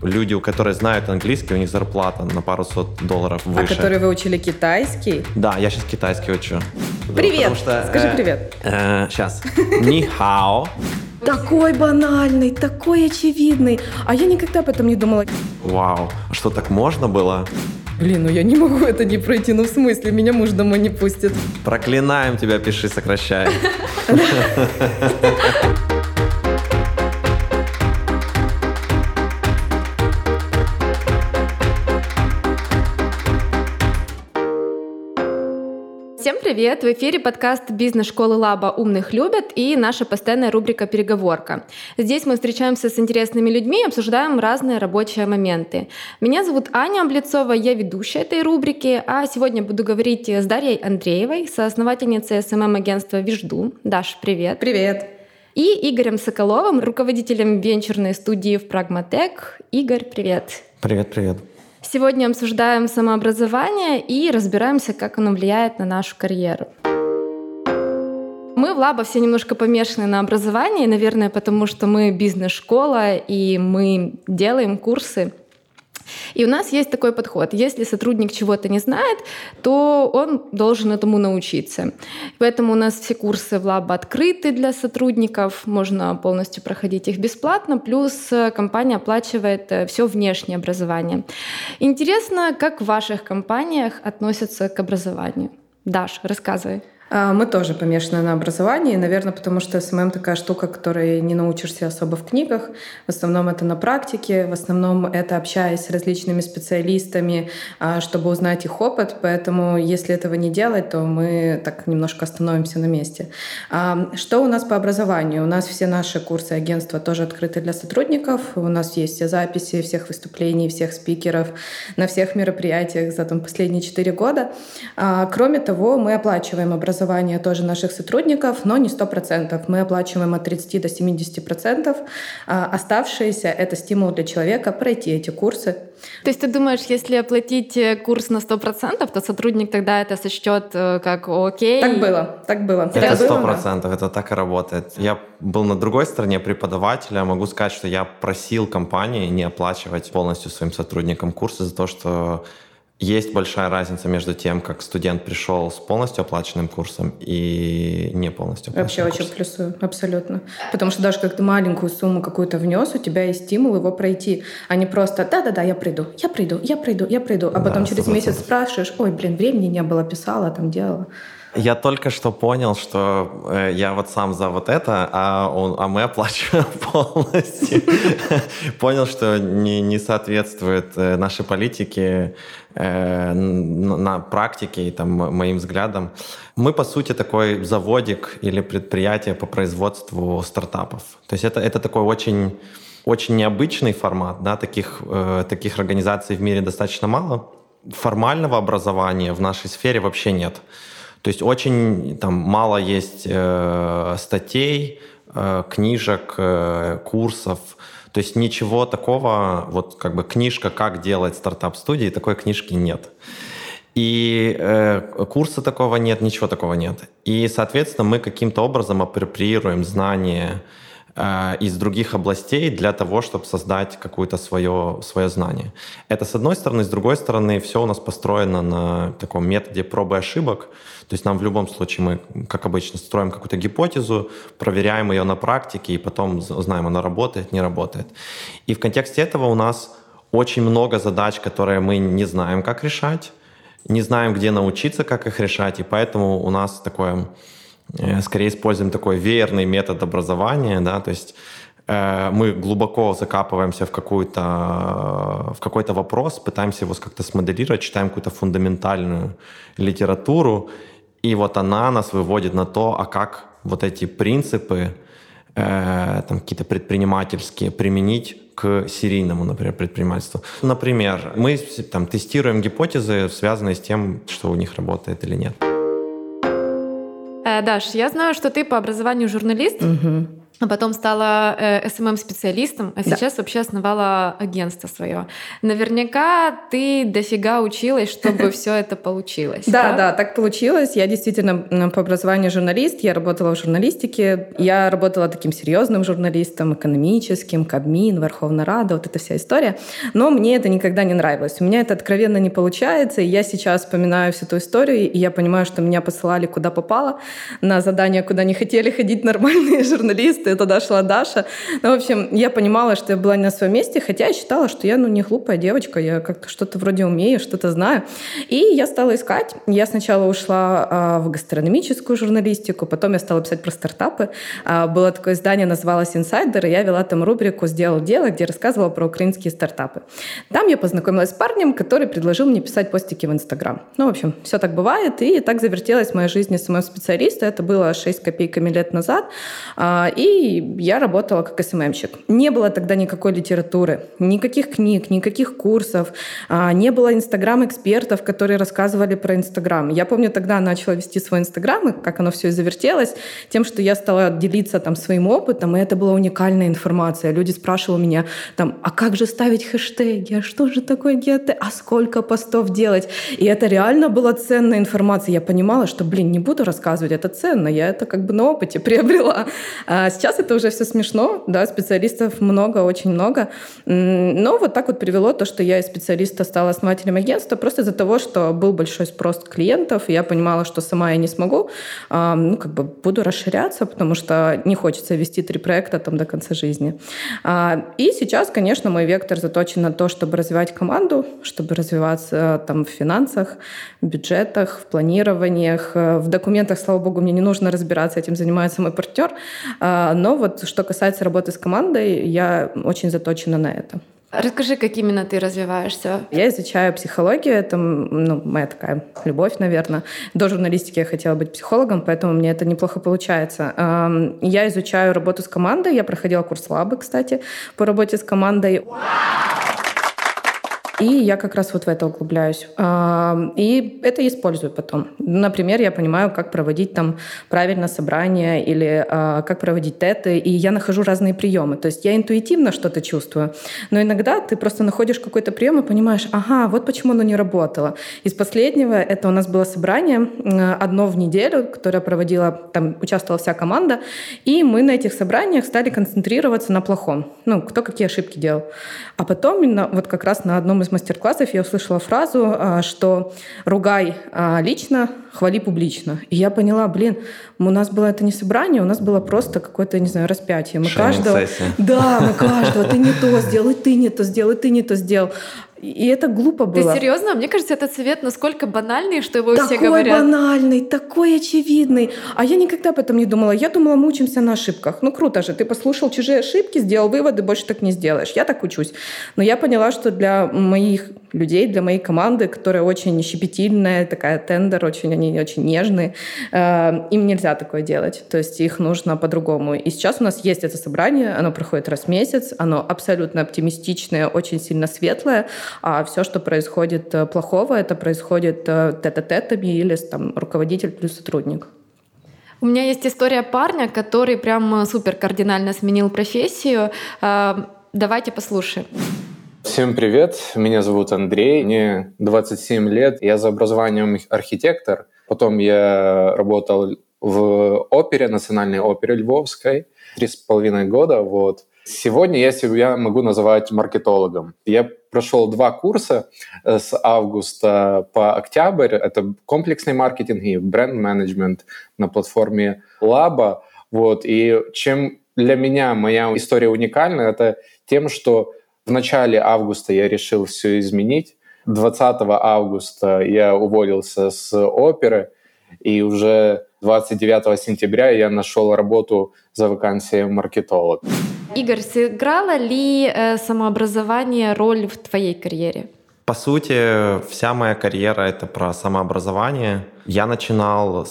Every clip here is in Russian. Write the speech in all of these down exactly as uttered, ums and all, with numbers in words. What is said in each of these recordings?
люди, которые знают английский, у них зарплата на пару сот долларов выше. А которые выучили китайский? Да, я сейчас китайский учу. Привет! Что, Скажи э, привет. Э, сейчас. Ни хао. Такой банальный, такой очевидный. А я никогда об этом не думала. Вау, а что, так можно было? Блин, ну я не могу это не пройти. Ну в смысле, меня муж домой не пустит. Проклинаем тебя, пиши, сокращай. Всем привет! В эфире подкаст «Бизнес-школы Лаба умных любят» и наша постоянная рубрика «Переговорка». Здесь мы встречаемся с интересными людьми и обсуждаем разные рабочие моменты. Меня зовут Аня Облицова, я ведущая этой рубрики, а сегодня буду говорить с Дарьей Андреевой, соосновательницей эс эм эм-агентства «Вижду». Даш, привет! Привет! И Игорем Соколовым, руководителем венчурной студии в Pragmatech. Игорь, привет! Привет-привет! Сегодня обсуждаем самообразование и разбираемся, как оно влияет на нашу карьеру. Мы в Лаба все немножко помешаны на образовании, наверное, потому что мы бизнес-школа, и мы делаем курсы. И у нас есть такой подход. Если сотрудник чего-то не знает, то он должен этому научиться. Поэтому у нас все курсы в Лаба открыты для сотрудников. Можно полностью проходить их бесплатно. Плюс компания оплачивает все внешнее образование. Интересно, как в ваших компаниях относятся к образованию? Даш, рассказывай. Мы тоже помешаны на образовании, наверное, потому что эс эм эм такая штука, которой не научишься особо в книгах. В основном это на практике, в основном это общаясь с различными специалистами, чтобы узнать их опыт. Поэтому если этого не делать, то мы так немножко остановимся на месте. Что у нас по образованию? У нас все наши курсы агентства тоже открыты для сотрудников. У нас есть все записи всех выступлений, всех спикеров на всех мероприятиях за там, последние четыре года. Кроме того, мы оплачиваем образование образование тоже наших сотрудников, но не сто процентов. Мы оплачиваем от тридцати до семидесяти процентов. А оставшиеся — это стимул для человека пройти эти курсы. То есть ты думаешь, если оплатить курс на сто процентов, то сотрудник тогда это сочтет как окей? Так было, так было. Это сто процентов, это так и работает. Я был на другой стороне преподавателя. Могу сказать, что я просил компании не оплачивать полностью своим сотрудникам курсы за то, что есть большая разница между тем, как студент пришел с полностью оплаченным курсом и не полностью оплаченным Вообще курсом. очень плюсую, абсолютно. Потому что даже когда ты маленькую сумму какую-то внес, у тебя есть стимул его пройти, а не просто «да-да-да, я приду, я приду, я приду, я приду», а потом да, через месяц спрашиваешь «ой, блин, времени не было, писала, там делала». Я только что понял, что э, я вот сам за вот это, а, он, а мы оплачиваем полностью. Понял, что не, не соответствует э, нашей политике, э, на, на практике и там, моим взглядам. Мы, по сути, такой заводик или предприятие по производству стартапов. То есть это, это такой очень, очень необычный формат. Да? Таких, э, таких организаций в мире достаточно мало. Формального образования в нашей сфере вообще нет. То есть очень там, мало есть э, статей, э, книжек, э, курсов. То есть ничего такого, вот как бы книжка «Как делать стартап-студии», такой книжки нет. И э, курса такого нет, ничего такого нет. И, соответственно, мы каким-то образом апроприируем знания э, из других областей для того, чтобы создать какое-то свое, свое знание. Это с одной стороны. С другой стороны, все у нас построено на таком методе пробы и ошибок. То есть нам в любом случае, мы, как обычно, строим какую-то гипотезу, проверяем ее на практике, и потом знаем, она работает, не работает. И в контексте этого у нас очень много задач, которые мы не знаем, как решать, не знаем, где научиться, как их решать, и поэтому у нас такое, скорее используем такой веерный метод образования, да, то есть мы глубоко закапываемся в, какую-то, в какой-то вопрос, пытаемся его как-то смоделировать, читаем какую-то фундаментальную литературу, и вот она нас выводит на то, а как вот эти принципы, э, там, какие-то предпринимательские, применить к серийному, например, предпринимательству. Например, мы там, тестируем гипотезы, связанные с тем, что у них работает или нет. Даш, я знаю, что ты по образованию журналист. Угу. а потом стала э, эс эм эм-специалистом, а сейчас да. вообще основала агентство свое. Наверняка ты дофига училась, чтобы все это получилось. Да, да, так получилось. Я действительно по образованию журналист, я работала в журналистике, я работала таким серьезным журналистом, экономическим, Кабмин, Верховная Рада, вот эта вся история. Но мне это никогда не нравилось. У меня это откровенно не получается, и я сейчас вспоминаю всю эту историю, и я понимаю, что меня посылали куда попало, на задания, куда не хотели ходить нормальные журналисты. И туда шла Даша. Ну, в общем, я понимала, что я была не на своем месте, хотя я считала, что я, ну, не глупая девочка, я как-то что-то вроде умею, что-то знаю. И я стала искать. Я сначала ушла а, в гастрономическую журналистику, потом я стала писать про стартапы. А, было такое издание, называлось «Инсайдер», и я вела там рубрику «Сделал дело», где рассказывала про украинские стартапы. Там я познакомилась с парнем, который предложил мне писать постики в Инстаграм. Ну, в общем, все так бывает, и так завертелась моя жизнь эс эм эм-специалиста. Это было шесть копейками лет назад. А, и И я работала как эс эм эм-щик. Не было тогда никакой литературы, никаких книг, никаких курсов, не было инстаграм-экспертов, которые рассказывали про Инстаграм. Я помню, тогда начала вести свой Инстаграм, и как оно все и завертелось, тем, что я стала делиться там своим опытом, и это была уникальная информация. Люди спрашивали меня, там, а как же ставить хэштеги, а что же такое геты, а сколько постов делать? И это реально была ценная информация. Я понимала, что, блин, не буду рассказывать, это ценно, я это как бы на опыте приобрела. А сейчас это уже все смешно, да, специалистов много, очень много. Но вот так вот привело то, что я из специалиста стала основателем агентства, просто из-за того, что был большой спрос клиентов, и я понимала, что сама я не смогу, ну, как бы буду расширяться, потому что не хочется вести три проекта там до конца жизни. И сейчас, конечно, мой вектор заточен на то, чтобы развивать команду, чтобы развиваться там в финансах, в бюджетах, в планированиях, в документах, слава богу, мне не нужно разбираться, этим занимается мой партнер. Но вот что касается работы с командой, я очень заточена на это. Расскажи, как именно ты развиваешься? Я изучаю психологию, это, ну, моя такая любовь, наверное. До журналистики я хотела быть психологом, поэтому мне это неплохо получается. Я изучаю работу с командой, я проходила курс Лабы, кстати, по работе с командой. И я как раз вот в это углубляюсь. И это использую потом. Например, я понимаю, как проводить там правильно собрания или как проводить теты, и я нахожу разные приемы. То есть я интуитивно что-то чувствую, но иногда ты просто находишь какой-то прием и понимаешь, ага, вот почему оно не работало. Из последнего это у нас было собрание одно в неделю, которое проводила, там участвовала вся команда, и мы на этих собраниях стали концентрироваться на плохом. Ну, кто какие ошибки делал. А потом именно вот как раз на одном из мастер-классов я услышала фразу, что «ругай лично, хвали публично». И я поняла, блин, у нас было это не собрание, у нас было просто какое-то, не знаю, распятие. Мы каждого... Да, мы каждого, ты не то сделал, и ты не то сделал, и ты не то сделал. И это глупо было. Ты серьезно? Мне кажется, этот совет насколько банальный, что его такой все говорят. Такой банальный, такой очевидный. А я никогда об этом не думала. Я думала, мы учимся на ошибках. Ну круто же, ты послушал чужие ошибки, сделал выводы, больше так не сделаешь. Я так учусь. Но я поняла, что для моих людей, для моей команды, которая очень щепетильная, такая тендер, очень, они очень нежные, э, им нельзя такое делать. То есть их нужно по-другому. И сейчас у нас есть это собрание, оно проходит раз в месяц, оно абсолютно оптимистичное, очень сильно светлое, а все, что происходит плохого, это происходит тет-а-тетами или там, руководитель плюс сотрудник. У меня есть история парня, который прям супер кардинально сменил профессию. Давайте послушаем. Всем привет, меня зовут Андрей, мне двадцать семь лет, я за образованием архитектор, потом я работал в опере, Национальной опере Львовской, три с половиной года, вот. Сегодня я себя могу называть маркетологом. Я прошел два курса с августа по октябрь, это комплексный маркетинг и бренд-менеджмент на платформе Лаба, вот. И чем для меня моя история уникальна, это тем, что в начале августа я решил все изменить. двадцатого августа я уволился с оперы, и уже двадцать девятого сентября я нашел работу за вакансией маркетолог. Игорь, сыграло ли э, самообразование роль в твоей карьере? По сути, вся моя карьера — это про самообразование. Я начинал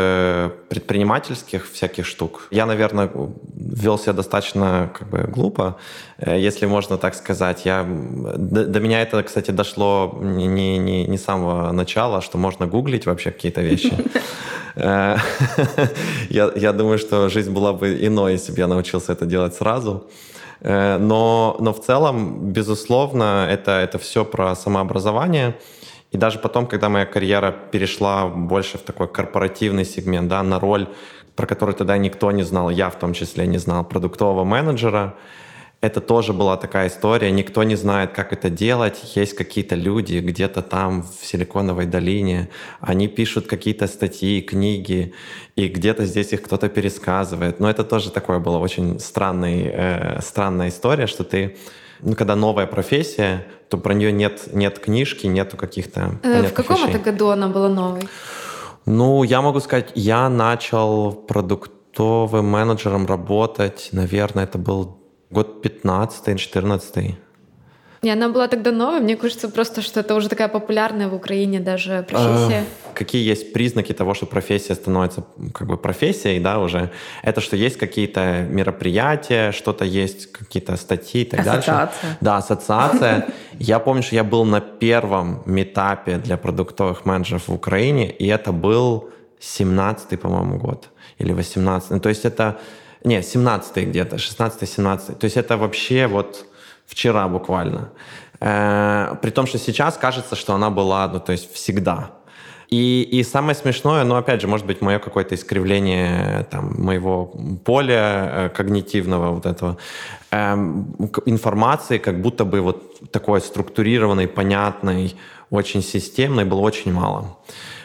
с предпринимательских всяких штук. Я, наверное, вел себя достаточно как бы глупо, если можно так сказать. Я, до, до меня это, кстати, дошло не, не, не с самого начала, что можно гуглить вообще какие-то вещи. Я, я думаю, что жизнь была бы иной, если бы я научился это делать сразу. Но, но в целом, безусловно, это, это все про самообразование. И даже потом, когда моя карьера перешла больше в такой корпоративный сегмент, да, на роль, про которую тогда никто не знал, я в том числе не знал, продуктового менеджера, это тоже была такая история. Никто не знает, как это делать. Есть какие-то люди где-то там в Силиконовой долине. Они пишут какие-то статьи, книги, и где-то здесь их кто-то пересказывает. Но это тоже такое было очень странный, э, странная история, что ты, ну, когда новая профессия, то про нее нет, нет книжки, нету каких-то э, В каком вещей. это году она была новой? Ну, я могу сказать, я начал продуктовым менеджером работать, наверное, это был год пятнадцатый-четырнадцатый. И она была тогда новой. Мне кажется просто, что это уже такая популярная в Украине даже профессия. А, какие есть признаки того, что профессия становится как бы профессией, да, уже? Это что есть какие-то мероприятия, что-то есть, какие-то статьи и так ассоциация. дальше. Да, ассоциация. Я помню, что я был на первом митапе для продуктовых менеджеров в Украине, и это был семнадцатый, по-моему, год. Или восемнадцатый. То есть это... Не, семнадцатый где-то, шестнадцатый-семнадцатый. То есть это вообще вот вчера буквально. Э, при том, что сейчас кажется, что она была, ну, то есть всегда. И, и самое смешное, ну, опять же, может быть, мое какое-то искривление там, моего поля э, когнитивного вот этого, э, информации, как будто бы вот такой структурированной, понятной, очень системной было очень мало.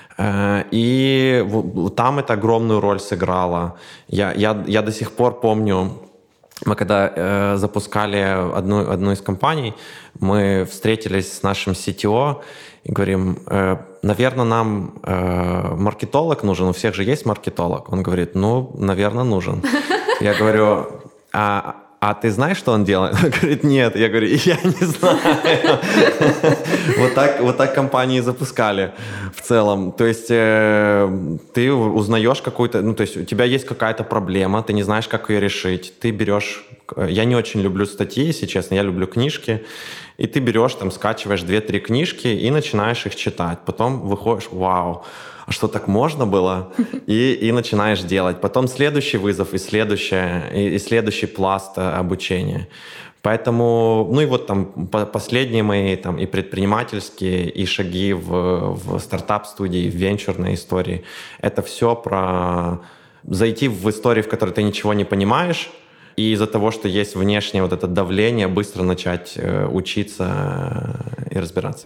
И там это огромную роль сыграло. Я, я, я до сих пор помню, мы когда э, запускали одну, одну из компаний, мы встретились с нашим си ти о и говорим, э, наверное, нам э, маркетолог нужен, у всех же есть маркетолог. Он говорит, ну, наверное, нужен. Я говорю, а... А ты знаешь, что он делает? Он говорит, нет. Я говорю, я не знаю. Вот так, вот так компании запускали в целом. То есть э, ты узнаешь какую-то... Ну, то есть у тебя есть какая-то проблема, ты не знаешь, как ее решить. Ты берешь... Я не очень люблю статьи, если честно, я люблю книжки. И ты берешь, там, скачиваешь две-три книжки и начинаешь их читать. Потом выходишь, вау, а что, так можно было? И, и начинаешь делать. Потом следующий вызов и, следующее, и, и следующий пласт обучения. Поэтому, ну и вот там последние мои там, и предпринимательские, и шаги в, в стартап-студии, в венчурной истории. Это все про зайти в историю, в которой ты ничего не понимаешь, и из-за того, что есть внешнее вот это давление, быстро начать э, учиться и разбираться.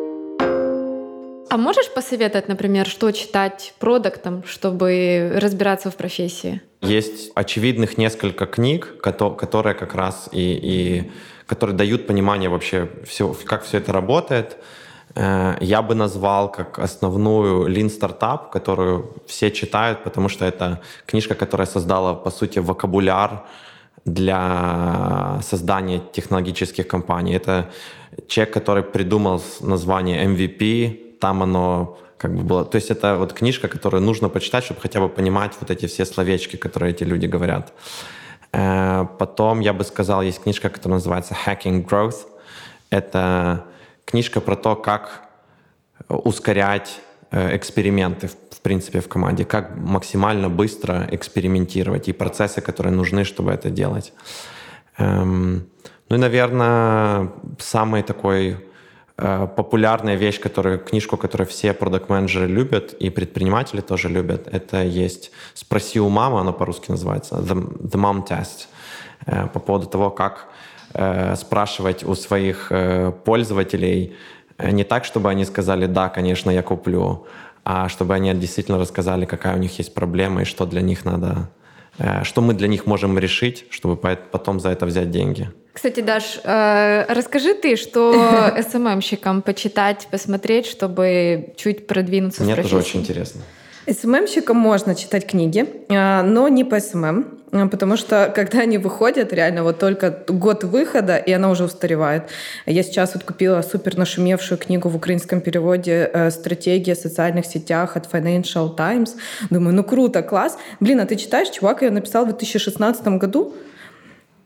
А можешь посоветовать, например, что читать продуктам, чтобы разбираться в профессии? Есть очевидных несколько книг, которые как раз и, и которые дают понимание вообще, все, как все это работает. Я бы назвал как основную Lean Startup, которую все читают, потому что это книжка, которая создала, по сути, вокабуляр для создания технологических компаний. Это человек, который придумал название эм ви пи, там оно как бы было... То есть это вот книжка, которую нужно почитать, чтобы хотя бы понимать вот эти все словечки, которые эти люди говорят. Потом, я бы сказал, есть книжка, которая называется Hacking Growth. Это книжка про то, как ускорять эксперименты, в принципе, в команде, как максимально быстро экспериментировать и процессы, которые нужны, чтобы это делать. Ну и, наверное, самый такой популярная вещь, которую, книжку, которую все продакт-менеджеры любят и предприниматели тоже любят, это есть «Спроси у мамы», она по-русски называется, «The, the Mom Test», по поводу того, как э, спрашивать у своих э, пользователей не так, чтобы они сказали «да, конечно, я куплю», а чтобы они действительно рассказали, какая у них есть проблема и что для них надо, э, что мы для них можем решить, чтобы потом за это взять деньги. Кстати, Даш, э, расскажи ты, что эс эм эм-щикам почитать, посмотреть, чтобы чуть продвинуться Мне в профессии? Мне тоже очень интересно. эс эм эм-щикам можно читать книги, но не по эс эм эм, потому что когда они выходят, реально вот только год выхода, и она уже устаревает. Я сейчас вот купила супер нашумевшую книгу в украинском переводе «Стратегия в социальных сетях» от Financial Times. Думаю, ну круто, класс. Блин, а ты читаешь, чувак ее написал в две тысячи шестнадцатом году?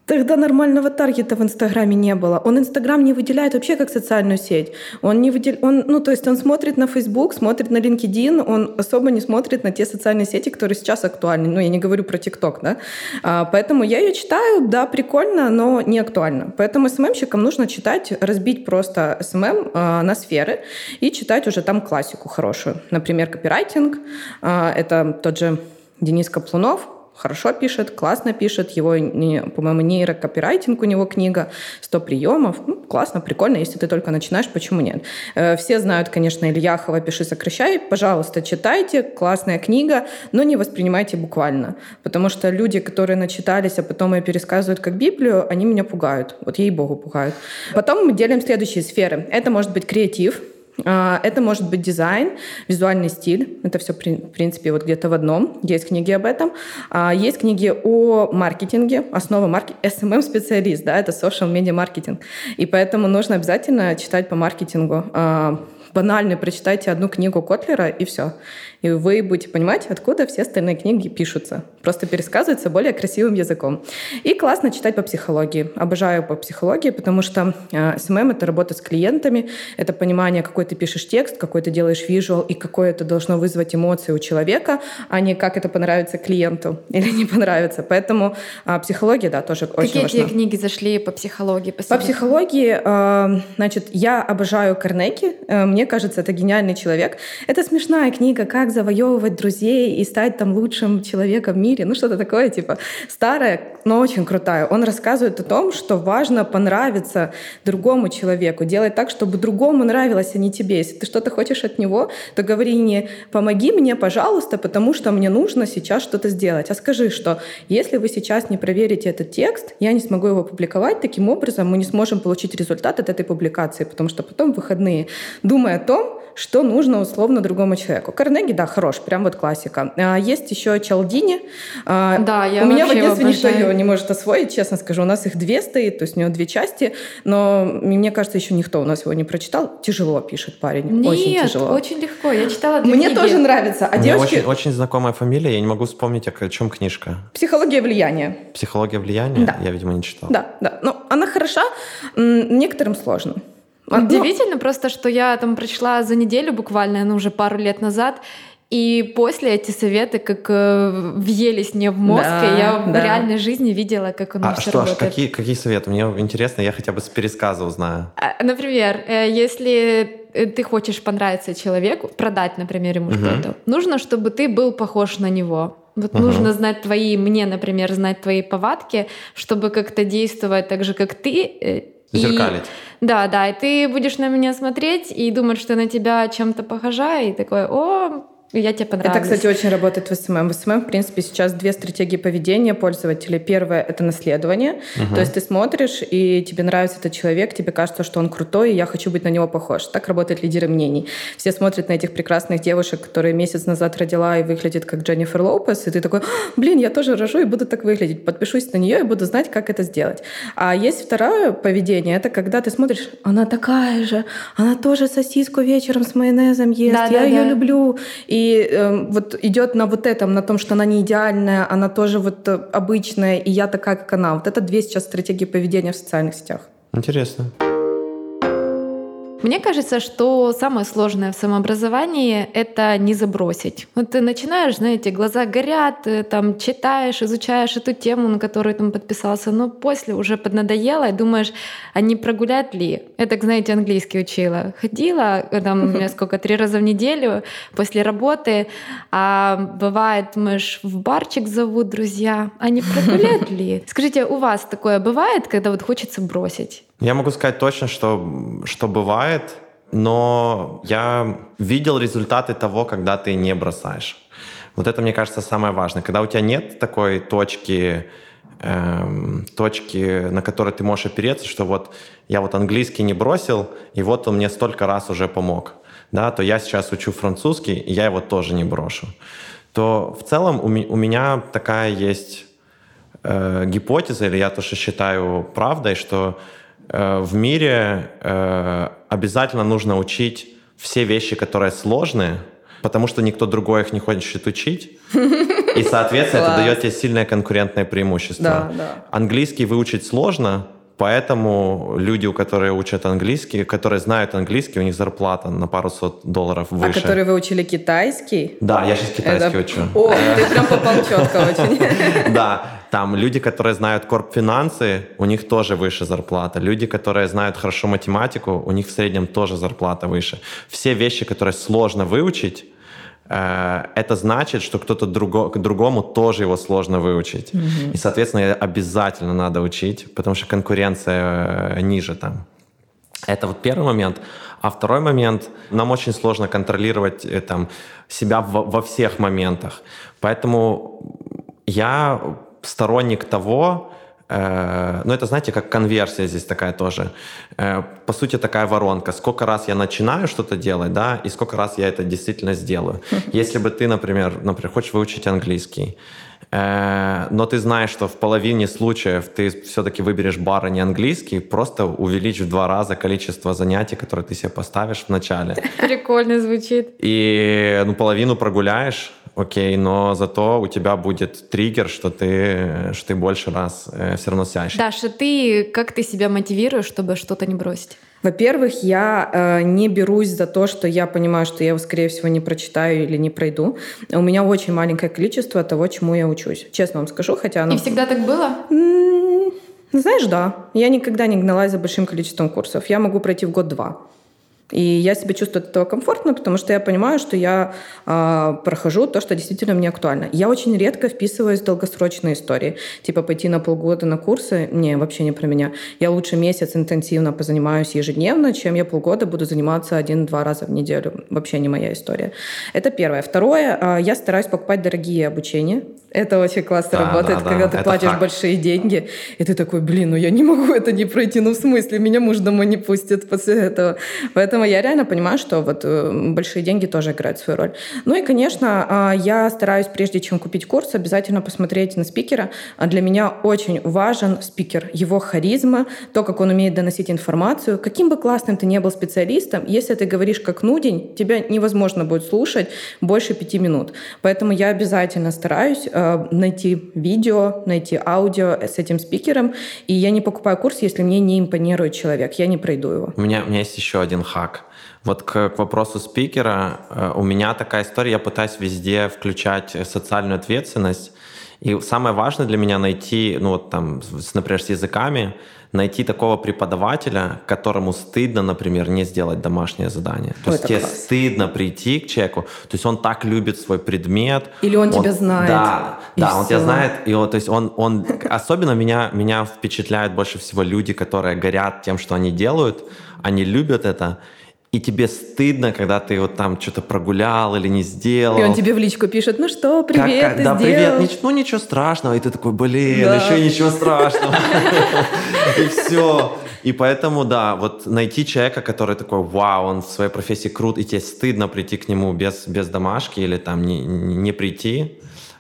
Тогда нормального таргета в Инстаграме не было. Он Инстаграм не выделяет вообще как социальную сеть. Он не выдел... он, ну, то есть он смотрит на Facebook, смотрит на LinkedIn, он особо не смотрит на те социальные сети, которые сейчас актуальны. Ну, я не говорю про TikTok, да. А, поэтому я ее читаю, да, прикольно, но не актуально. Поэтому эс эм эм-щикам нужно читать, разбить просто эс эм эм а, на сферы и читать уже там классику хорошую. Например, копирайтинг. А, это тот же Денис Каплунов. Хорошо пишет, классно пишет. Его, по-моему, нейрокопирайтинг у него книга, сто приемов. Ну, классно, прикольно, если ты только начинаешь, почему нет? Все знают, конечно, Ильяхова «Пиши, сокращай». Пожалуйста, читайте, классная книга, но не воспринимайте буквально. Потому что люди, которые начитались, а потом ее пересказывают как Библию, они меня пугают. Вот ей-богу пугают. Потом мы делим следующие сферы. Это может быть креатив, это может быть дизайн, визуальный стиль. Это все, в принципе, вот где-то в одном. Есть книги об этом. Есть книги о маркетинге, основа маркетинга. эс эм эм-специалист, да, это social media маркетинг. И поэтому нужно обязательно читать по маркетингу. Банально прочитайте одну книгу Котлера, и все. И вы будете понимать, откуда все остальные книги пишутся. Просто пересказываются более красивым языком. И классно читать по психологии. Обожаю по психологии, потому что эс эм эм — это работа с клиентами, это понимание, какой ты пишешь текст, какой ты делаешь визуал, и какое это должно вызвать эмоции у человека, а не как это понравится клиенту или не понравится. Поэтому а, психология, да, тоже Какие очень важна. Какие тебе книги зашли по психологии? По, по психологии, э, значит, я обожаю Карнеги. Э, мне кажется, это гениальный человек. Это смешная книга «Как завоевывать друзей и стать там лучшим человеком в мире». Ну, что-то такое, типа, старая, но очень крутая. Он рассказывает о том, что важно понравиться другому человеку, делать так, чтобы другому нравилось, а не тебе. Если ты что-то хочешь от него, то говори не «помоги мне, пожалуйста, потому что мне нужно сейчас что-то сделать», а скажи, что если вы сейчас не проверите этот текст, я не смогу его публиковать, таким образом мы не сможем получить результат от этой публикации, потому что потом в выходные, думая о том, что нужно условно другому человеку. Карнеги, да, хорош, прям вот классика. А, есть еще Чалдини. А, да, я у меня в агентстве никто ее не может освоить, честно скажу. У нас их две стоит, то есть у него две части, но мне кажется, еще никто у нас его не прочитал. Тяжело пишет парень, Нет, очень тяжело. очень легко. Я читала две Мне книги. тоже нравится. А Мне девушки... очень, очень знакомая фамилия, я не могу вспомнить, о чем книжка. «Психология влияния». «Психология влияния»? Да. Я, видимо, не читал. Да, да. Но она хороша, некоторым сложно. Удивительно просто, что я там прочла за неделю буквально, ну, уже пару лет назад, и после эти советы как э, въелись мне в мозг, да, и я да. в реальной жизни видела, как оно а все что, работает. А какие, какие советы? Мне интересно, я хотя бы с пересказа узнаю. Например, если ты хочешь понравиться человеку, продать, например, ему uh-huh. что-то, нужно, чтобы ты был похож на него. Вот uh-huh. нужно знать твои, мне, например, знать твои повадки, чтобы как-то действовать так же, как ты. Зеркалить. И, да, да, и ты будешь на меня смотреть и думать, что на тебя чем-то похожа, и такой, о, я тебе понравилась. Это, кстати, очень работает в эс эм эм. В эс эм эм, в принципе, сейчас две стратегии поведения пользователей. Первое — это наследование. Uh-huh. То есть ты смотришь, и тебе нравится этот человек, тебе кажется, что он крутой, и я хочу быть на него похож. Так работают лидеры мнений. Все смотрят на этих прекрасных девушек, которые месяц назад родила и выглядит как Дженнифер Лоупес, и ты такой, блин, я тоже рожу и буду так выглядеть. Подпишусь на нее и буду знать, как это сделать. А есть второе поведение. Это когда ты смотришь, она такая же, она тоже сосиску вечером с майонезом ест, да, я да, ее да. люблю. И И э, вот идет на вот этом, на том, что она не идеальная, она тоже вот обычная, и я такая, как она. Вот это две сейчас стратегии поведения в социальных сетях. Интересно. Мне кажется, что самое сложное в самообразовании — это не забросить. Вот ты начинаешь, знаете, глаза горят, ты там читаешь, изучаешь эту тему, на которую там подписался, но после уже поднадоело и думаешь, а не прогулять ли? Я так, знаете, английский учила. Ходила там у меня сколько, три раза в неделю после работы, а бывает, думаешь, в барчик зовут друзья, а не прогулять ли? Скажите, у вас такое бывает, когда вот хочется бросить? Я могу сказать точно, что, что бывает, но я видел результаты того, когда ты не бросаешь. Вот это, мне кажется, самое важное. Когда у тебя нет такой точки, эм, точки, на которой ты можешь опереться, что вот я вот английский не бросил, и вот он мне столько раз уже помог, да, то я сейчас учу французский, и я его тоже не брошу. То в целом у, ми- у меня такая есть э, гипотеза, или я тоже считаю правдой, что в мире э, обязательно нужно учить все вещи, которые сложные, потому что никто другой их не хочет учить. И, соответственно, это дает тебе сильное конкурентное преимущество. Да, да. Английский выучить сложно, поэтому люди, у которых учат английский, которые знают английский, у них зарплата на пару сот долларов выше. А которые выучили китайский? Да, я сейчас китайский это... учу. О, ты прям попал четко очень. Да, там люди, которые знают корпфинансы, у них тоже выше зарплата. Люди, которые знают хорошо математику, у них в среднем тоже зарплата выше. Все вещи, которые сложно выучить, это значит, что кто-то друго, другому тоже его сложно выучить. Mm-hmm. И, соответственно, обязательно надо учить, потому что конкуренция ниже там. Это вот первый момент. А второй момент, нам очень сложно контролировать там, себя во, во всех моментах. Поэтому я сторонник того, э, ну это, знаете, как конверсия здесь такая тоже. Э, по сути, такая воронка. Сколько раз я начинаю что-то делать, да, и сколько раз я это действительно сделаю. Если бы ты, например, например хочешь выучить английский, э, но ты знаешь, что в половине случаев ты все-таки выберешь бар, а не английский, просто увеличь в два раза количество занятий, которые ты себе поставишь в начале. Прикольно звучит. И ну, половину прогуляешь, окей, но зато у тебя будет триггер, что ты, что ты больше раз э, все равно сядешь. Даша, ты как ты себя мотивируешь, чтобы что-то не бросить? Во-первых, я э, не берусь за то, что я понимаю, что я его, скорее всего, не прочитаю или не пройду. У меня очень маленькое количество того, чему я учусь. Честно вам скажу, хотя оно... И всегда так было? М-м- знаешь, да. Я никогда не гналась за большим количеством курсов. Я могу пройти в год-два. И я себя чувствую от этого комфортно, потому что я понимаю, что я э, прохожу то, что действительно мне актуально. Я очень редко вписываюсь в долгосрочные истории. Типа пойти на полгода на курсы. Не, вообще не про меня. Я лучше месяц интенсивно позанимаюсь ежедневно, чем я полгода буду заниматься один-два раза в неделю. Вообще не моя история. Это первое. Второе. Э, я стараюсь покупать дорогие обучения. Это очень классно да, работает, да, когда да. ты это платишь хак. большие деньги, и ты такой, блин, ну я не могу это не пройти. Ну в смысле, меня муж домой не пустит после этого. Поэтому я реально понимаю, что вот большие деньги тоже играют свою роль. Ну и, конечно, я стараюсь, прежде чем купить курс, обязательно посмотреть на спикера. Для меня очень важен спикер, его харизма, то, как он умеет доносить информацию. Каким бы классным ты ни был специалистом, если ты говоришь как нудень, тебя невозможно будет слушать больше пяти минут. Поэтому я обязательно стараюсь найти видео, найти аудио с этим спикером. И я не покупаю курс, если мне не импонирует человек. Я не пройду его. У меня, у меня есть еще один хак. Вот к, к вопросу спикера. У меня такая история. Я пытаюсь везде включать социальную ответственность. И самое важное для меня найти, ну вот там, например, с языками, найти такого преподавателя, которому стыдно, например, не сделать домашнее задание. То Ой, есть тебе класс. стыдно прийти к человеку, то есть он так любит свой предмет. Или он, он тебя знает. Да, да все. Он тебя знает. И вот, то есть он, он особенно меня, меня впечатляют больше всего люди, которые горят тем, что они делают, они любят это. И тебе стыдно, когда ты вот там что-то прогулял или не сделал. И он тебе в личку пишет, ну что, привет, как, ты да, сделал? Привет, ну ничего страшного. И ты такой, блин, да. еще ничего страшного. И все. И поэтому, да, вот найти человека, который такой, вау, он в своей профессии крут, и тебе стыдно прийти к нему без, без домашки или там не, не прийти,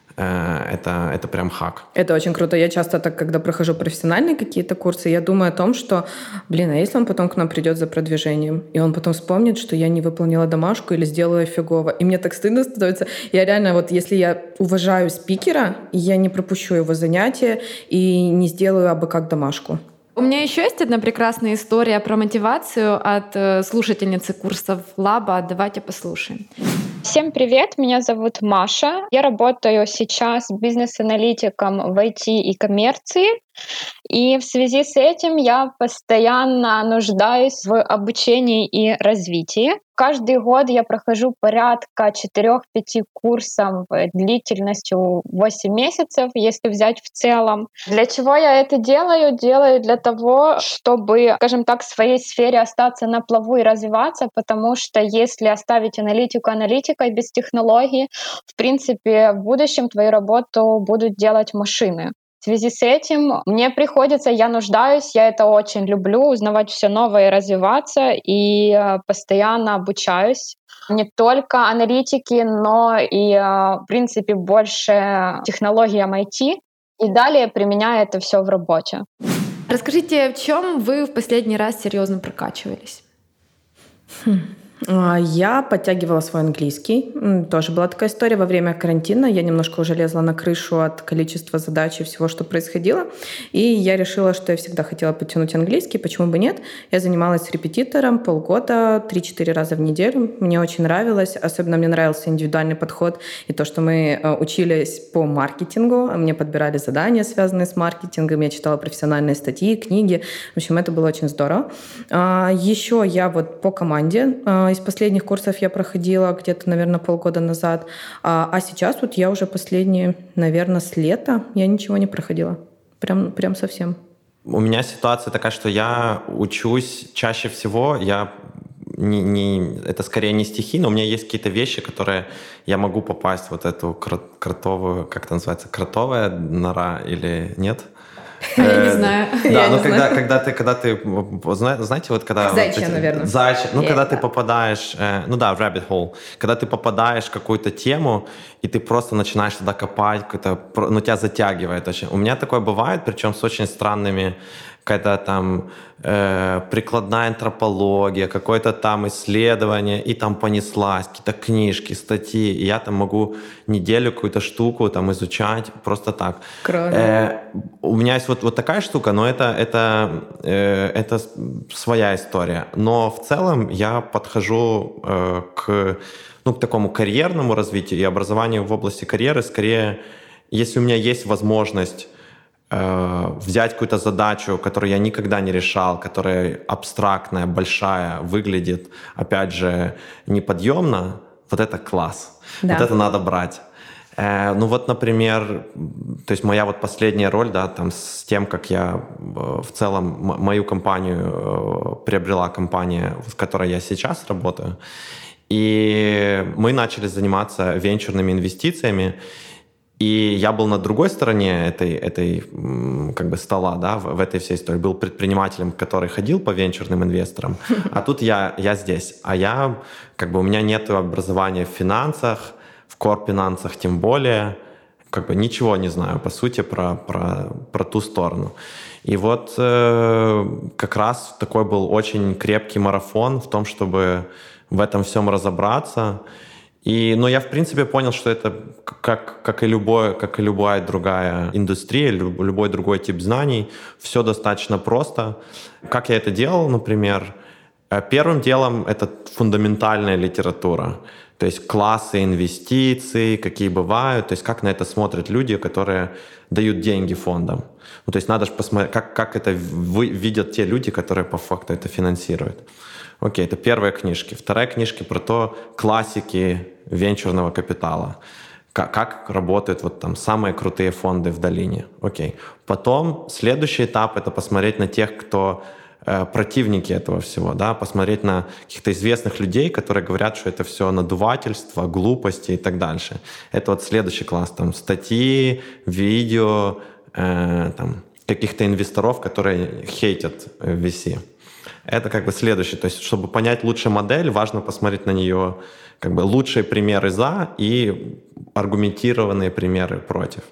Это, это прям хак. Это очень круто. Я часто так, когда прохожу профессиональные какие-то курсы, я думаю о том, что, блин, а если он потом к нам придет за продвижением, и он потом вспомнит, что я не выполнила домашку или сделала фигово, и мне так стыдно становится. Я реально, вот если я уважаю спикера, я не пропущу его занятия и не сделаю абы как домашку. У меня еще есть одна прекрасная история про мотивацию от слушательницы курсов Лаба. Давайте послушаем. Всем привет, меня зовут Маша. Я работаю сейчас бизнес-аналитиком в ай ти и коммерции. И в связи с этим я постоянно нуждаюсь в обучении и развитии. Каждый год я прохожу порядка четырех-пяти курсов длительностью восемь месяцев, если взять в целом. Для чего я это делаю? Делаю для того, чтобы, скажем так, в своей сфере остаться на плаву и развиваться, потому что если оставить аналитику аналитикой без технологий, в принципе, в будущем твою работу будут делать машины. В связи с этим мне приходится, я нуждаюсь, я это очень люблю, узнавать все новое и развиваться, и постоянно обучаюсь. Не только аналитики, но и, в принципе, больше технологиям ай ти. И далее применяю это все в работе. Расскажите, в чем вы в последний раз серьезно прокачивались? Хм. Я подтягивала свой английский. Тоже была такая история во время карантина. Я немножко уже лезла на крышу от количества задач и всего, что происходило. И я решила, что я всегда хотела подтянуть английский. Почему бы нет? Я занималась репетитором полгода, три-четыре раза в неделю. Мне очень нравилось. Особенно мне нравился индивидуальный подход и то, что мы учились по маркетингу. Мне подбирали задания, связанные с маркетингом. Я читала профессиональные статьи, книги. В общем, это было очень здорово. Еще я вот по команде. Из последних курсов я проходила где-то, наверное, полгода назад. А, а сейчас вот я уже последние, наверное, с лета я ничего не проходила. Прям, прям совсем. У меня ситуация такая, что я учусь чаще всего, я не, не, это скорее не стихи, но у меня есть какие-то вещи, которые я могу попасть в вот эту кротовую, как это называется, кротовая нора или нет? Я не знаю. Да, но когда, когда ты, когда ты, знаете, вот когда... Зайчья, вот, наверное. Зайчья. Ну, когда ты попадаешь, ну да, в rabbit hole, когда ты попадаешь в какую-то тему, и ты просто начинаешь туда копать, ну, тебя затягивает очень. У меня такое бывает, причем с очень странными, когда там э, прикладная антропология, какое-то там исследование, и там понеслась, какие-то книжки, статьи, и я там могу неделю какую-то штуку там изучать просто так. Э, у меня есть вот, вот такая штука, но это, это, э, это своя история. Но в целом я подхожу э, к, ну, к такому карьерному развитию и образованию в области карьеры скорее, если у меня есть возможность взять какую-то задачу, которую я никогда не решал, которая абстрактная, большая, выглядит, опять же, неподъемно, вот это класс. Да. Вот это надо брать. Э, ну вот, например, то есть моя вот последняя роль, да, там с тем, как я в целом мою компанию приобрела компания, в которой я сейчас работаю, и мы начали заниматься венчурными инвестициями. И я был на другой стороне этой, этой как бы стола, да, в, в этой всей истории. Был предпринимателем, который ходил по венчурным инвесторам, а тут я, я здесь. А я, как бы, у меня нет образования в финансах, в корп-финансах тем более. Как бы ничего не знаю, по сути, про, про, про ту сторону. И вот э, как раз такой был очень крепкий марафон в том, чтобы в этом всем разобраться. И, но я, в принципе, понял, что это как, как, и, любое, как и любая другая индустрия, любой другой тип знаний, все достаточно просто. Как я это делал, например? Первым делом это фундаментальная литература. То есть классы инвестиций, какие бывают, то есть как на это смотрят люди, которые дают деньги фондам. Ну, то есть надо же посмотреть, как, как это видят те люди, которые по факту это финансируют. Окей, это первые книжки. Вторая книжка про то, классики венчурного капитала. Как, как работают вот там самые крутые фонды в долине. Окей. Потом следующий этап — это посмотреть на тех, кто э, противники этого всего, да, посмотреть на каких-то известных людей, которые говорят, что это все надувательство, глупости и так дальше. Это вот следующий класс. Там статьи, видео, э, там, каких-то инвесторов, которые хейтят ви си. Это как бы следующее. То есть, чтобы понять лучшую модель, важно посмотреть на нее как бы лучшие примеры за и аргументированные примеры против.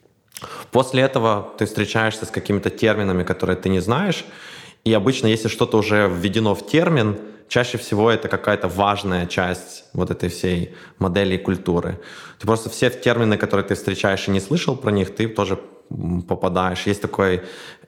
После этого ты встречаешься с какими-то терминами, которые ты не знаешь, и обычно, если что-то уже введено в термин, чаще всего это какая-то важная часть вот этой всей модели культуры. Ты просто все термины, которые ты встречаешь и не слышал про них, ты тоже попадаешь. Есть такой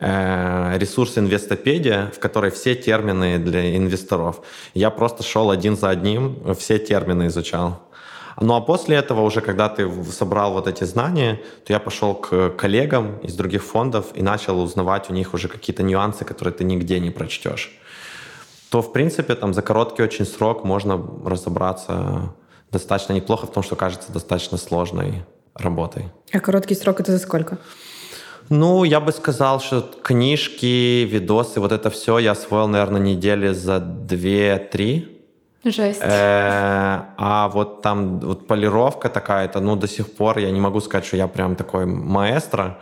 э, ресурс «Инвестопедия», в которой все термины для инвесторов. Я просто шел один за одним, все термины изучал. Ну а после этого уже, когда ты собрал вот эти знания, то я пошел к коллегам из других фондов и начал узнавать у них уже какие-то нюансы, которые ты нигде не прочтешь. То, в принципе, там за короткий очень срок можно разобраться достаточно неплохо в том, что кажется достаточно сложной работой. А короткий срок — это за сколько? Ну, я бы сказал, что книжки, видосы, вот это все я освоил, наверное, недели за две-три. Жесть. Э-э- а вот там вот полировка такая-то, ну, до сих пор я не могу сказать, что я прям такой маэстро,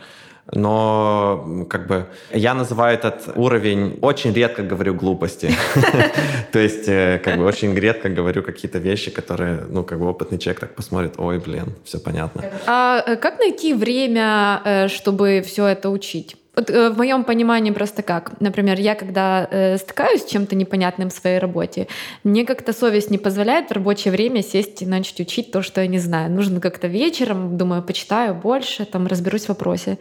но как бы я называю этот уровень, очень редко говорю глупости. То есть как бы очень редко говорю какие-то вещи, которые, ну, как бы опытный человек так посмотрит: ой, блин, все понятно. А как найти время, чтобы все это учить? Вот, э, в моем понимании просто как. Например, я когда э, стыкаюсь с чем-то непонятным в своей работе, мне как-то совесть не позволяет в рабочее время сесть и начать учить то, что я не знаю. Нужно как-то вечером, думаю, почитаю больше, там, разберусь в вопросе.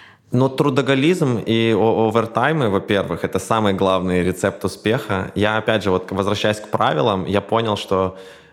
Но трудоголизм и овертаймы, во-первых, это самый главный рецепт успеха. Я, опять же, вот возвращаясь к правилам, я понял, что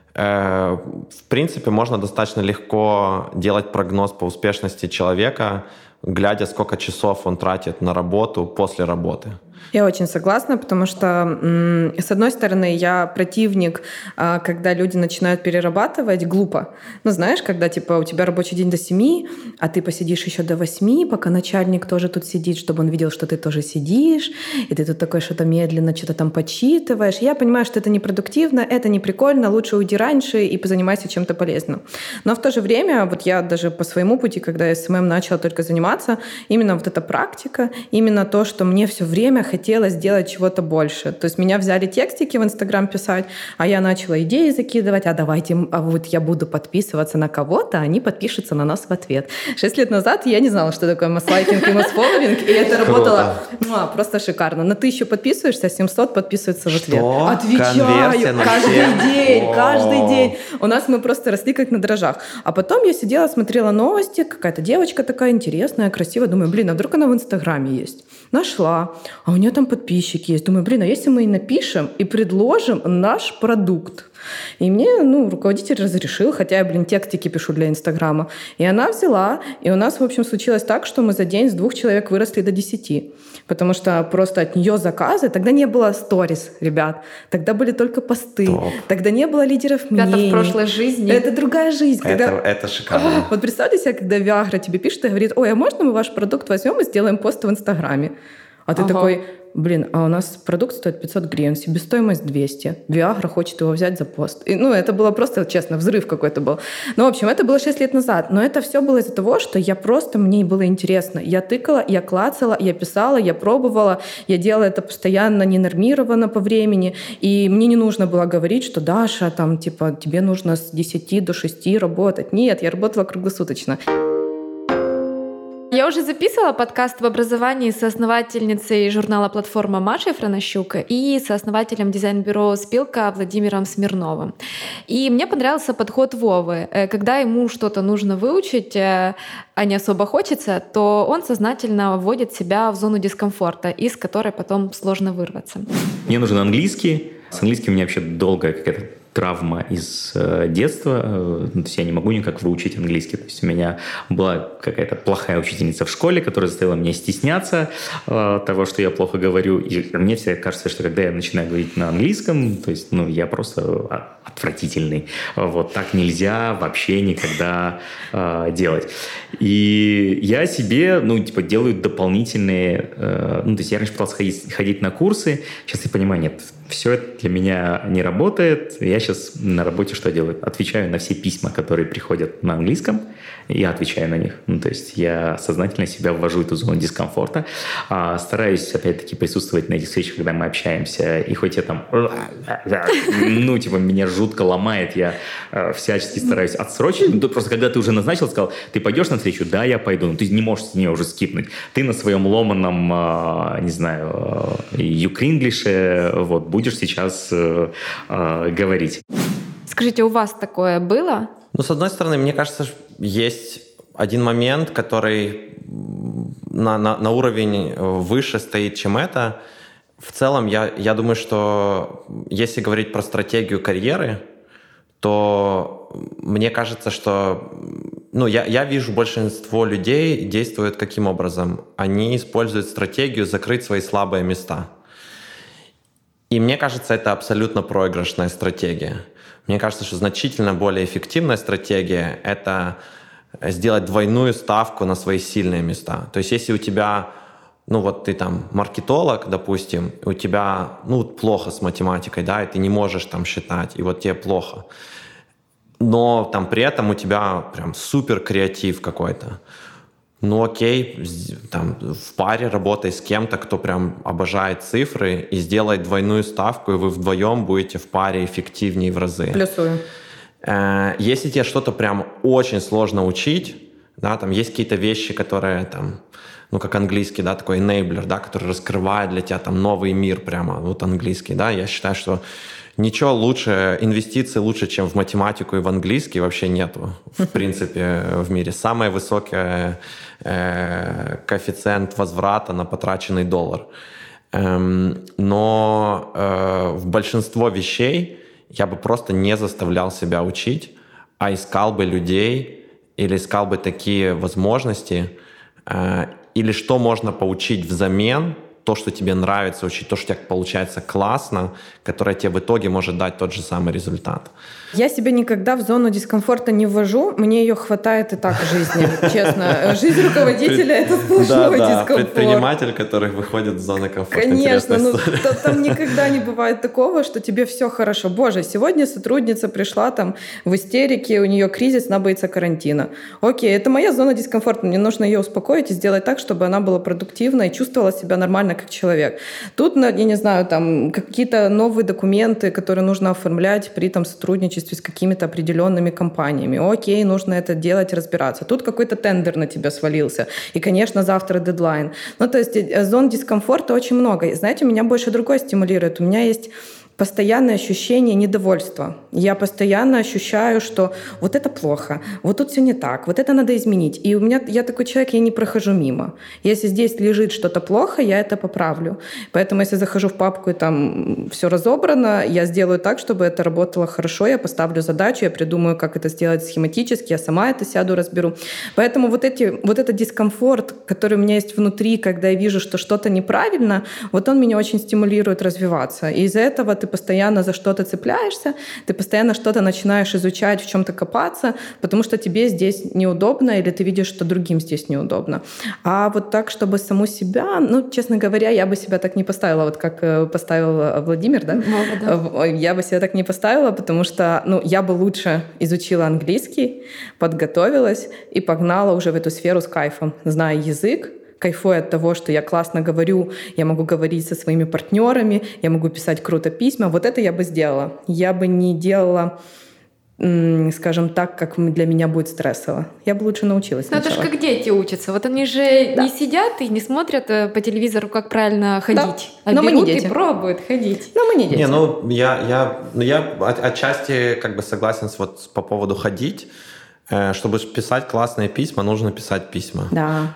э, в принципе можно достаточно легко делать прогноз по успешности человека, глядя, сколько часов он тратит на работу после работы. Я очень согласна, потому что, с одной стороны, я противник, когда люди начинают перерабатывать глупо. Ну, знаешь, когда типа у тебя рабочий день до семи, а ты посидишь еще до восьми, пока начальник тоже тут сидит, чтобы он видел, что ты тоже сидишь, и ты тут такой что-то медленно, что-то там подсчитываешь. Я понимаю, что это непродуктивно, это не прикольно, лучше уйди раньше и позанимайся чем-то полезным. Но в то же время, вот я даже по своему пути, когда я эс эм эм начала только заниматься, именно вот эта практика, именно то, что мне все время хотелось сделать чего-то больше. То есть меня взяли текстики в Инстаграм писать, а я начала идеи закидывать, а давайте, а вот я буду подписываться на кого-то, а они подпишутся на нас в ответ. Шесть лет назад я не знала, что такое масс-лайкинг и масс-фолловинг, и это работало ну, просто шикарно. На тысячу подписываешься, семьсот подписываются в ответ. Что? Отвечаю каждый день, каждый день. У нас мы просто росли как на дрожжах. А потом я сидела, смотрела новости, какая-то девочка такая интересная, красивая, думаю, блин, а вдруг она в Инстаграме есть? Нашла, а у нее там подписчики есть. Думаю, блин, а если мы и напишем, и предложим наш продукт? И мне, ну, руководитель разрешил, хотя я, блин, текстики пишу для Инстаграма. И она взяла, и у нас, в общем, случилось так, что мы за день с двух человек выросли до десяти. Потому что просто от нее заказы. Тогда не было сторис, ребят. Тогда были только посты. Топ. Тогда не было лидеров мнений. Это в прошлой жизни. Это другая жизнь. Это, когда... это шикарно. Вот представьте себе, когда Viagra тебе пишет и говорит, ой, а можно мы ваш продукт возьмем и сделаем пост в Инстаграме? А ты ага. такой... Блин, а у нас продукт стоит пятьсот гривен, себестоимость двести. Viagra хочет его взять за пост. И, ну, это было просто, честно, взрыв какой-то был. Ну, в общем, это было шесть лет назад. Но это все было из-за того, что я просто, мне было интересно. Я тыкала, я клацала, я писала, я пробовала. Я делала это постоянно, ненормированно по времени. И мне не нужно было говорить, что Даша, там, типа, тебе нужно с десяти до шести работать. Нет, я работала круглосуточно. Я уже записывала подкаст в образовании с основательницей журнала «Платформа» Машей Франощук и сооснователем дизайн-бюро «Спилка» Владимиром Смирновым. И мне понравился подход Вовы. Когда ему что-то нужно выучить, а не особо хочется, то он сознательно вводит себя в зону дискомфорта, из которой потом сложно вырваться. Мне нужен английский. С английским у меня вообще долгая какая-то травма из э, детства. Э, то есть я не могу никак выучить английский. То есть у меня была какая-то плохая учительница в школе, которая заставила меня стесняться э, того, что я плохо говорю. И мне всегда кажется, что когда я начинаю говорить на английском, то есть ну, я просто отвратительный. Вот так нельзя вообще никогда э, делать. И я себе, ну, типа, делаю дополнительные... Э, ну, то есть я раньше пытался ходить, ходить на курсы. Сейчас я понимаю, нет, все это для меня не работает. Я сейчас на работе что делаю? Отвечаю на все письма, которые приходят на английском. Я отвечаю на них. Ну, то есть я сознательно себя ввожу в эту зону дискомфорта. А, стараюсь, опять-таки, присутствовать на этих встречах, когда мы общаемся. И хоть я там... Ну, типа, меня жутко ломает. Я всячески стараюсь отсрочить. Ну, просто когда ты уже назначил, сказал, ты пойдешь на встречу? Да, я пойду. Ну, ты не можешь с нее уже скипнуть. Ты на своем ломаном, не знаю, юкринглише, вот, будешь сейчас э, э, говорить. Скажите, у вас такое было? Ну, с одной стороны, мне кажется, есть один момент, который на, на, на уровень выше стоит, чем это. В целом, я, я думаю, что если говорить про стратегию карьеры, то мне кажется, что ну, я, я вижу, большинство людей действуют каким образом? Они используют стратегию закрыть свои слабые места. И мне кажется, это абсолютно проигрышная стратегия. Мне кажется, что значительно более эффективная стратегия — это сделать двойную ставку на свои сильные места. То есть если у тебя, ну вот ты там маркетолог, допустим, у тебя ну, плохо с математикой, да, и ты не можешь там считать, и вот тебе плохо, но там при этом у тебя прям супер креатив какой-то. Ну окей, там, в паре работай с кем-то, кто прям обожает цифры, и сделай двойную ставку, и вы вдвоем будете в паре эффективнее в разы. Плюсую. Если тебе что-то прям очень сложно учить, да, там есть какие-то вещи, которые там ну, как английский, да, такой enabler, да, который раскрывает для тебя там новый мир прямо, вот английский, да, я считаю, что ничего лучше, инвестиций лучше, чем в математику и в английский вообще нету, в принципе, в мире. Самый высокий э, коэффициент возврата на потраченный доллар. Эм, но э, в большинство вещей я бы просто не заставлял себя учить, а искал бы людей или искал бы такие возможности, э, или что можно поучить взамен, то, что тебе нравится учить, то, что у тебя получается классно, которое тебе в итоге может дать тот же самый результат. Я себя никогда в зону дискомфорта не ввожу, мне ее хватает и так в жизни, честно. Жизнь руководителя — это сплошной дискомфорт. Предприниматель, который выходит из зоны комфорта. Конечно, ну там никогда не бывает такого, что тебе все хорошо. Боже, сегодня сотрудница пришла там в истерике, у нее кризис, она боится карантина. Окей, это моя зона дискомфорта, мне нужно ее успокоить и сделать так, чтобы она была продуктивна и чувствовала себя нормально как человек. Тут, я не знаю, там какие-то новые документы, которые нужно оформлять при там сотрудничестве с какими-то определенными компаниями. Окей, нужно это делать, разбираться. Тут какой-то тендер на тебя свалился. И, конечно, завтра дедлайн. Ну, то есть зон дискомфорта очень много. И, знаете, меня больше другое стимулирует. У меня есть постоянное ощущение недовольства. Я постоянно ощущаю, что вот это плохо, вот тут все не так, вот это надо изменить. И у меня, я такой человек, я не прохожу мимо. Если здесь лежит что-то плохо, я это поправлю. Поэтому если захожу в папку и там все разобрано, я сделаю так, чтобы это работало хорошо, я поставлю задачу, я придумаю, как это сделать схематически, я сама это сяду, разберу. Поэтому вот, эти, вот этот дискомфорт, который у меня есть внутри, когда я вижу, что что-то неправильно, вот он меня очень стимулирует развиваться. И из-за этого ты Ты постоянно за что-то цепляешься, ты постоянно что-то начинаешь изучать, в чем-то копаться, потому что тебе здесь неудобно или ты видишь, что другим здесь неудобно. А вот так, чтобы саму себя, ну, честно говоря, я бы себя так не поставила, вот как поставил Владимир, да? Молодо. Я бы себя так не поставила, потому что, ну, я бы лучше изучила английский, подготовилась и погнала уже в эту сферу с кайфом, зная язык, кайфую от того, что я классно говорю, я могу говорить со своими партнерами, я могу писать круто письма. Вот это я бы сделала. Я бы не делала, скажем так, как для меня будет стрессово. Я бы лучше научилась Но сначала. это же как дети учатся. Вот они же Да. не сидят и не смотрят по телевизору, как правильно ходить. Да. А Но мы берут не и дети. пробуют ходить. Но мы не дети. Не, ну я, я, ну, я от- отчасти как бы согласен с, вот, по поводу ходить. Э, Чтобы писать классные письма, нужно писать письма. Да.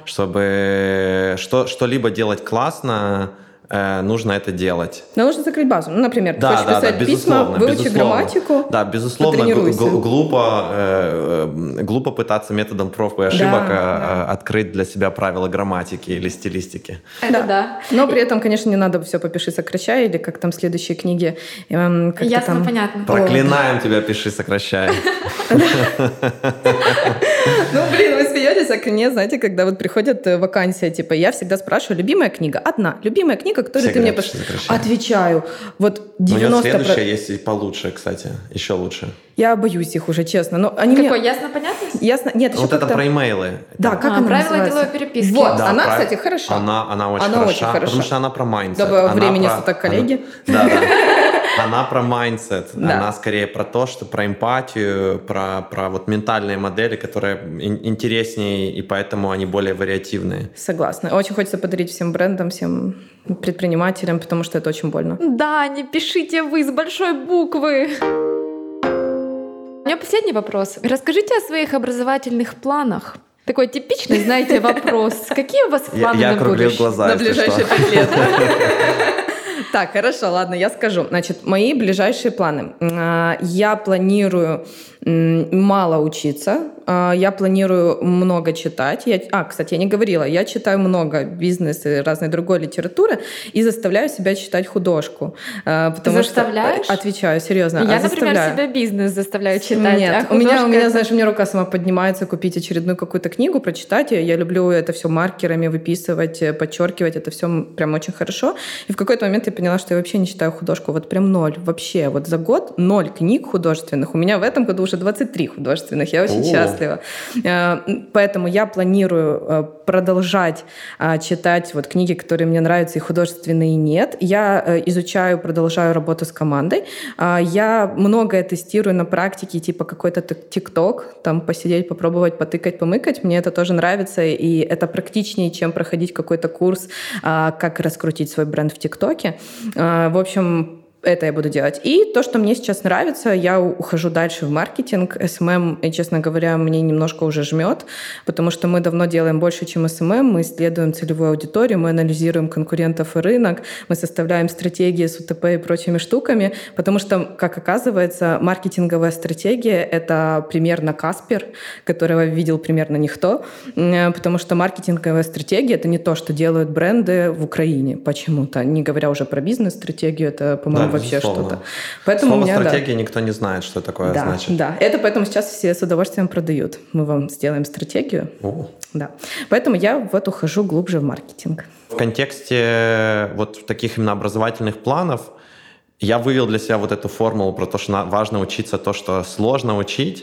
Чтобы что, что-либо делать классно, э, нужно это делать. Но нужно закрыть базу. Ну, например, ты Да, хочешь да, да, писать письма, безусловно, выучи безусловно. грамматику, Да, безусловно, гл- потренируйся. гл- глупо, э, глупо пытаться методом проб и ошибок Да, э, э, открыть для себя правила грамматики или стилистики. Это да. Но при этом, конечно, не надо все попиши, сокращай, или как там следующие книги. эм, как-то Ясно, там... понятно. Проклинаем тебя, пиши, сокращай. Ну, блин, вы смеетесь, а ко мне, знаете, когда вот приходят э, вакансия, типа, я всегда спрашиваю, любимая книга? Одна. Любимая книга, которую Все ты мне говорят, пош- что сокращай. Отвечаю. Вот У него девяносто процентов... следующая есть и получше, кстати, еще лучше. Я боюсь их уже, честно. Но они Какой? мне... Ясно, понятно? Ясно? Нет, еще Вот это как-то... про имейлы. Да, Это- как А, она правила называется? деловой переписки. Вот, Да, она, прав- кстати, хороша. Она, она очень Она хороша, очень хороша. потому что она про mindset. Дабы Она времени про- суток, коллеги. Она, да, да. Она про mindset. Да. Она скорее про то, что про эмпатию, про, про вот ментальные модели, которые ин- интереснее, и поэтому они более вариативные. Согласна. Очень хочется подарить всем брендам, всем предпринимателям, потому что это очень больно. Да, не пишите вы с большой буквы. У меня последний вопрос. Расскажите о своих образовательных планах. Такой типичный, знаете, вопрос. Какие у вас Я, планы я на округлил будущее? глаза, На если ближайшие что. пять лет. Так, хорошо, ладно, я скажу. Значит, мои ближайшие планы. А, Я планирую м, мало учиться, а, я планирую много читать. Я, а, кстати, я не говорила, я читаю много бизнеса и разной другой литературы и заставляю себя читать художку. А, потому Заставляешь? Что, отвечаю, серьезно. Я, а например, заставляю. себя бизнес заставляю читать. Нет, а у меня, у художка меня, это- знаешь, у меня рука сама поднимается купить очередную какую-то книгу, прочитать ее. Я люблю это все маркерами выписывать, э, подчеркивать. Это все прям очень хорошо. И в какой-то момент я поняла, что я вообще не читаю художку. Вот прям ноль. Вообще. Вот за год ноль книг художественных. У меня в этом году уже двадцать три художественных. Я очень О. счастлива. счастлива. Поэтому я планирую продолжать читать вот книги, которые мне нравятся, и художественные нет. Я изучаю, продолжаю работу с командой. Я многое тестирую на практике, типа какой-то ТикТок, там посидеть, попробовать, потыкать, помыкать. Мне это тоже нравится, и это практичнее, чем проходить какой-то курс, как раскрутить свой бренд в ТикТоке. В общем, это я буду делать. И то, что мне сейчас нравится, я ухожу дальше в маркетинг. эс эм эм, и, честно говоря, мне немножко уже жмет, потому что мы давно делаем больше, чем эс эм эм. Мы исследуем целевую аудиторию, мы анализируем конкурентов и рынок, мы составляем стратегии с УТП и прочими штуками, потому что, как оказывается, маркетинговая стратегия — это примерно Каспер, которого видел примерно никто, потому что маркетинговая стратегия — это не то, что делают бренды в Украине почему-то, не говоря уже про бизнес-стратегию, это, по-моему, Да, вообще безусловно. что-то. Поэтому Слово у меня, стратегия да. никто не знает, что такое Да, значит. да. Это поэтому сейчас все с удовольствием продают. Мы вам сделаем стратегию. О. Да. Поэтому я вот ухожу глубже в маркетинг. В контексте вот таких именно образовательных планов я вывел для себя вот эту формулу про то, что важно учиться то, что сложно учить.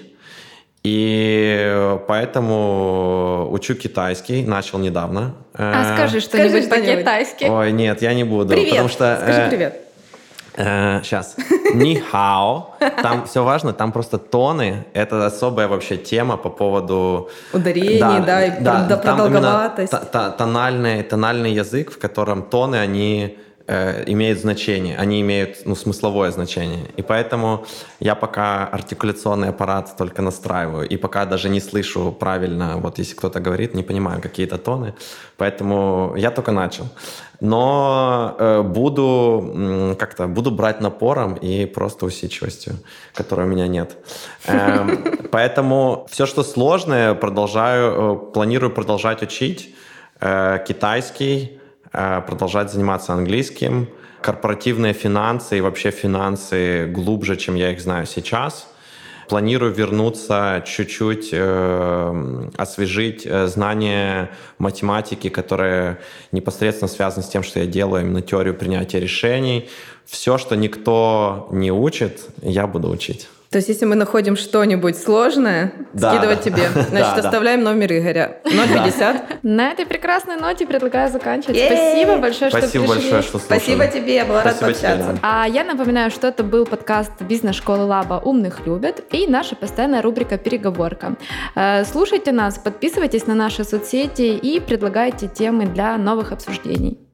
И поэтому учу китайский, начал недавно. А скажи что-нибудь Скажи что-нибудь. по-китайски. Ой, нет, я не буду. Привет. Потому что, Скажи э, привет. э, сейчас. Ни хао. Там все важно, там просто тоны. Это особая вообще тема по поводу... Ударений, да, и да, про- там именно продолговатость. т- т- тональный, тональный язык, в котором тоны, они э, имеют значение, они имеют ну, смысловое значение. И поэтому я пока артикуляционный аппарат только настраиваю, и пока даже не слышу правильно, вот если кто-то говорит, не понимаю какие-то тоны. Поэтому я только начал. Но э, буду м, как-то буду брать напором и просто усидчивостью, которой у меня нет. Эм, Поэтому все, что сложное, продолжаю, э, планирую продолжать учить. Э, Китайский, э, продолжать заниматься английским, корпоративные финансы и вообще финансы глубже, чем я их знаю сейчас. Планирую вернуться чуть-чуть, э, освежить э, знания математики, которые непосредственно связаны с тем, что я делаю, именно теорию принятия решений. Все, что никто не учит, я буду учить. То есть, если мы находим что-нибудь сложное, Да, скидывать да. тебе. Значит, Да, да. оставляем номер Игоря. ноль пятьдесят. На этой прекрасной ноте предлагаю заканчивать. Е-е-е! Спасибо большое, что Спасибо пришли. большое, что слушали. Спасибо тебе, я была рада Спасибо тебе, пообщаться. да. А я напоминаю, что это был подкаст бизнес-школы Лаба «Умных любят» и наша постоянная рубрика «Переговорка». Э, Слушайте нас, подписывайтесь на наши соцсети и предлагайте темы для новых обсуждений.